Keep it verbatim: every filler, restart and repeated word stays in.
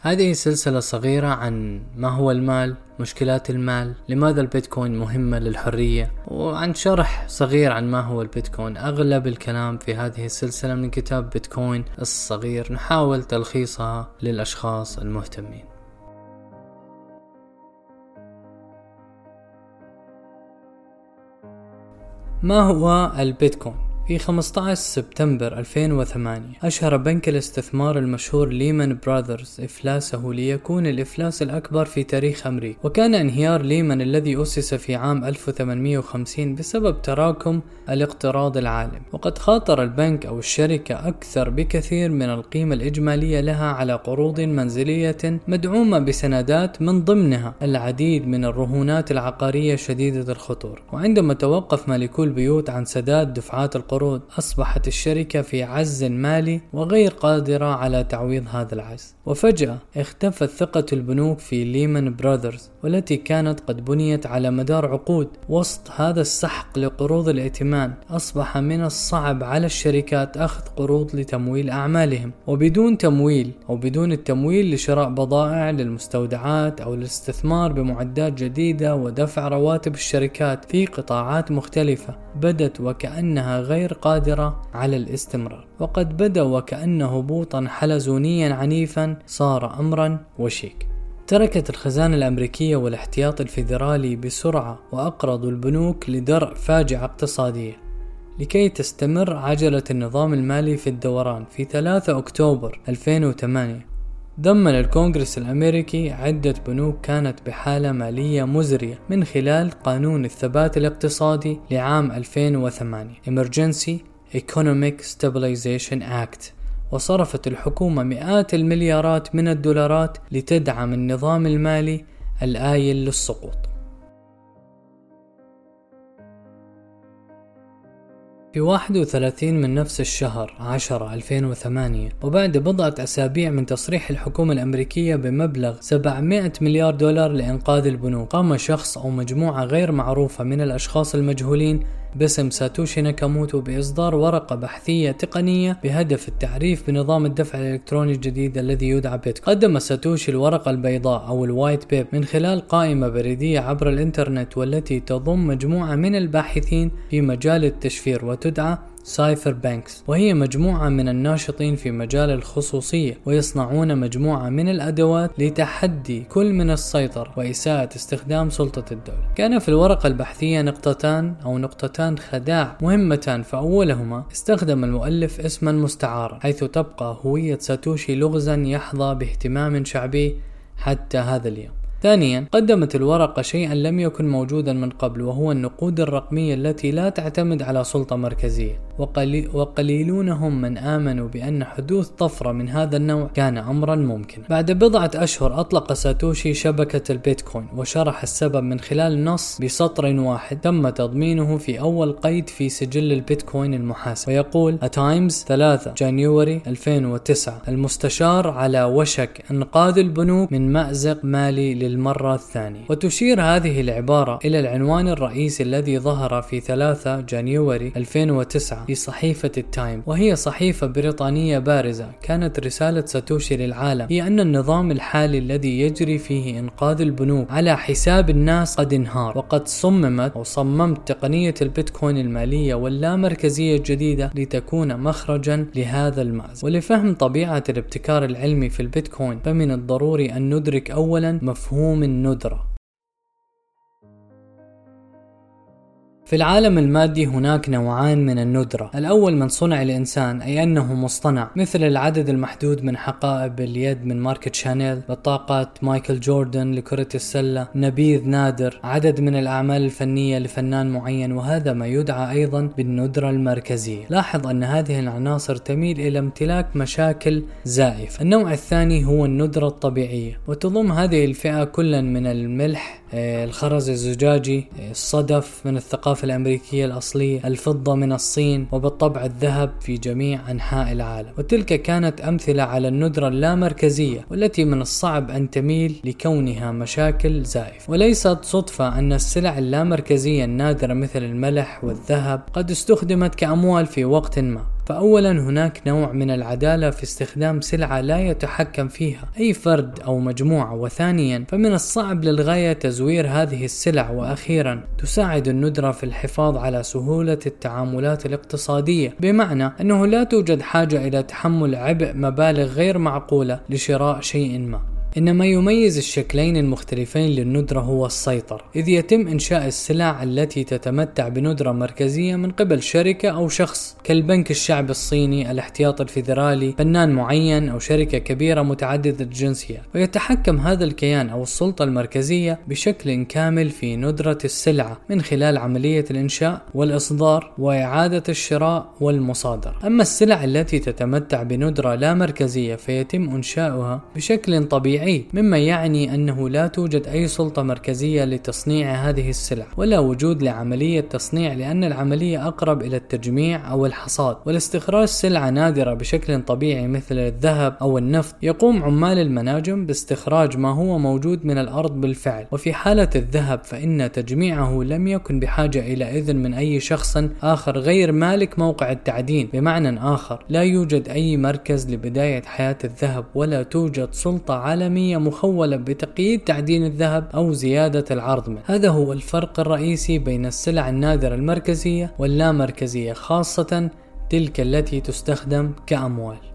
هذه سلسلة صغيرة عن ما هو المال، مشكلات المال، لماذا البيتكوين مهمة للحرية، وعن شرح صغير عن ما هو البيتكوين. أغلب الكلام في هذه السلسلة من كتاب بيتكوين الصغير، نحاول تلخيصها للأشخاص المهتمين. ما هو البيتكوين؟ في خمسة عشر سبتمبر ألفين وثمانية أشهر بنك الاستثمار المشهور ليمان براذرز إفلاسه ليكون الإفلاس الأكبر في تاريخ أمريكا، وكان انهيار ليمان الذي أسس في عام ألف وثمانمئة وخمسين بسبب تراكم الاقتراض العالمي. وقد خاطر البنك أو الشركة أكثر بكثير من القيمة الإجمالية لها على قروض منزلية مدعومة بسندات، من ضمنها العديد من الرهونات العقارية شديدة الخطورة. وعندما توقف مالكو البيوت عن سداد دفعات القروض، أصبحت الشركة في عجز مالي وغير قادرة على تعويض هذا العجز. وفجأة اختفت ثقة البنوك في ليمان براذرز، والتي كانت قد بنيت على مدار عقود. وسط هذا السحق لقروض الائتمان، أصبح من الصعب على الشركات أخذ قروض لتمويل أعمالهم، وبدون تمويل أو بدون التمويل لشراء بضائع للمستودعات أو الاستثمار بمعدات جديدة ودفع رواتب الشركات في قطاعات مختلفة، بدت وكأنها غير قادرة على الاستمرار. وقد بدا وكأن هبوطا حلزونيا عنيفا صار أمرا وشيك. تركت الخزانة الأمريكية والاحتياط الفيدرالي بسرعة وأقرضوا البنوك لدرء فاجعة اقتصادية لكي تستمر عجلة النظام المالي في الدوران. في ثلاثة أكتوبر ألفين وثمانية ضمن الكونغرس الأمريكي عدة بنوك كانت بحالة مالية مزرية من خلال قانون الثبات الاقتصادي لعام ألفين وثمانية Emergency Economic Stabilization Act، وصرفت الحكومة مئات المليارات من الدولارات لتدعم النظام المالي الآيل للسقوط. في واحد وثلاثين من نفس الشهر عشرة ألفين وثمانية، وبعد بضعة أسابيع من تصريح الحكومة الأمريكية بمبلغ سبعمئة مليار دولار لإنقاذ البنوك، قام شخص أو مجموعة غير معروفة من الأشخاص المجهولين باسم ساتوشي ناكاموتو بإصدار ورقة بحثية تقنية بهدف التعريف بنظام الدفع الإلكتروني الجديد الذي يدعى بيتكوين. قدم ساتوشي الورقة البيضاء أو الوايت بيب من خلال قائمة بريدية عبر الإنترنت، والتي تضم مجموعة من الباحثين في مجال التشفير وتدعى سايفر بانكس، وهي مجموعة من الناشطين في مجال الخصوصية، ويصنعون مجموعة من الأدوات لتحدي كل من السيطرة وإساءة استخدام سلطة الدولة. كان في الورقة البحثية نقطتان أو نقطتان خداع مهمتان، فأولهما استخدم المؤلف اسما مستعارا، حيث تبقى هوية ساتوشي لغزا يحظى باهتمام شعبي حتى هذا اليوم. ثانيا، قدمت الورقة شيئا لم يكن موجودا من قبل، وهو النقود الرقمية التي لا تعتمد على سلطة مركزية. وقلي وقليلون هم من آمنوا بأن حدوث طفرة من هذا النوع كان أمرا ممكنا. بعد بضعة أشهر أطلق ساتوشي شبكة البيتكوين، وشرح السبب من خلال نص بسطر واحد تم تضمينه في أول قيد في سجل البيتكوين المحاسب، ويقول: A Times ثلاثة جانيوري ألفين وتسعة، المستشار على وشك إنقاذ البنوك من مأزق مالي للمرة الثانية. وتشير هذه العبارة إلى العنوان الرئيسي الذي ظهر في ثلاثة جانيوري ألفين وتسعة في صحيفة التايم، وهي صحيفة بريطانية بارزة. كانت رسالة ساتوشي للعالم هي أن النظام الحالي الذي يجري فيه إنقاذ البنوك على حساب الناس قد انهار، وقد صممت أو صممت تقنية البيتكوين المالية واللامركزية الجديدة لتكون مخرجا لهذا المأزق. ولفهم طبيعة الابتكار العلمي في البيتكوين، فمن الضروري أن ندرك أولا مفهوم الندرة. في العالم المادي هناك نوعان من الندرة. الأول من صنع الإنسان، أي أنه مصطنع، مثل العدد المحدود من حقائب اليد من ماركة شانيل، بطاقة مايكل جوردن لكرة السلة، نبيذ نادر، عدد من الأعمال الفنية لفنان معين، وهذا ما يدعى أيضا بالندرة المركزية. لاحظ أن هذه العناصر تميل إلى امتلاك مشاكل زائفة. النوع الثاني هو الندرة الطبيعية، وتضم هذه الفئة كلا من الملح، الخرز الزجاجي، الصدف من الثقافة الأمريكية الأصلية، الفضة من الصين، وبالطبع الذهب في جميع أنحاء العالم. وتلك كانت أمثلة على الندرة اللامركزية، والتي من الصعب أن تميل لكونها مشاكل زائفة. وليست صدفة أن السلع اللامركزية النادرة مثل الملح والذهب قد استخدمت كأموال في وقت ما، فأولا هناك نوع من العدالة في استخدام سلعة لا يتحكم فيها أي فرد أو مجموعة، وثانيا فمن الصعب للغاية تزوير هذه السلع، وأخيرا تساعد الندرة في الحفاظ على سهولة التعاملات الاقتصادية، بمعنى أنه لا توجد حاجة إلى تحمل عبء مبالغ غير معقولة لشراء شيء ما. إن ما يميز الشكلين المختلفين للندرة هو السيطرة، إذ يتم إنشاء السلع التي تتمتع بندرة مركزية من قبل شركة أو شخص كالبنك الشعبي الصيني، الاحتياط الفيدرالي، فنان معين، أو شركة كبيرة متعددة الجنسيات، ويتحكم هذا الكيان أو السلطة المركزية بشكل كامل في ندرة السلعة من خلال عملية الإنشاء والإصدار وإعادة الشراء والمصادرة. أما السلع التي تتمتع بندرة لا مركزية فيتم إنشاؤها بشكل طبيعي، مما يعني أنه لا توجد أي سلطة مركزية لتصنيع هذه السلع ولا وجود لعملية تصنيع، لأن العملية أقرب إلى التجميع أو الحصاد. والاستخراج سلعة نادرة بشكل طبيعي مثل الذهب أو النفط، يقوم عمال المناجم باستخراج ما هو موجود من الأرض بالفعل. وفي حالة الذهب فإن تجميعه لم يكن بحاجة إلى إذن من أي شخص آخر غير مالك موقع التعدين، بمعنى آخر لا يوجد أي مركز لبداية حياة الذهب، ولا توجد سلطة عالمية مخولة بتقييد تعدين الذهب أو زيادة العرض منه. هذا هو الفرق الرئيسي بين السلع النادرة المركزية واللامركزية، خاصة تلك التي تستخدم كأموال.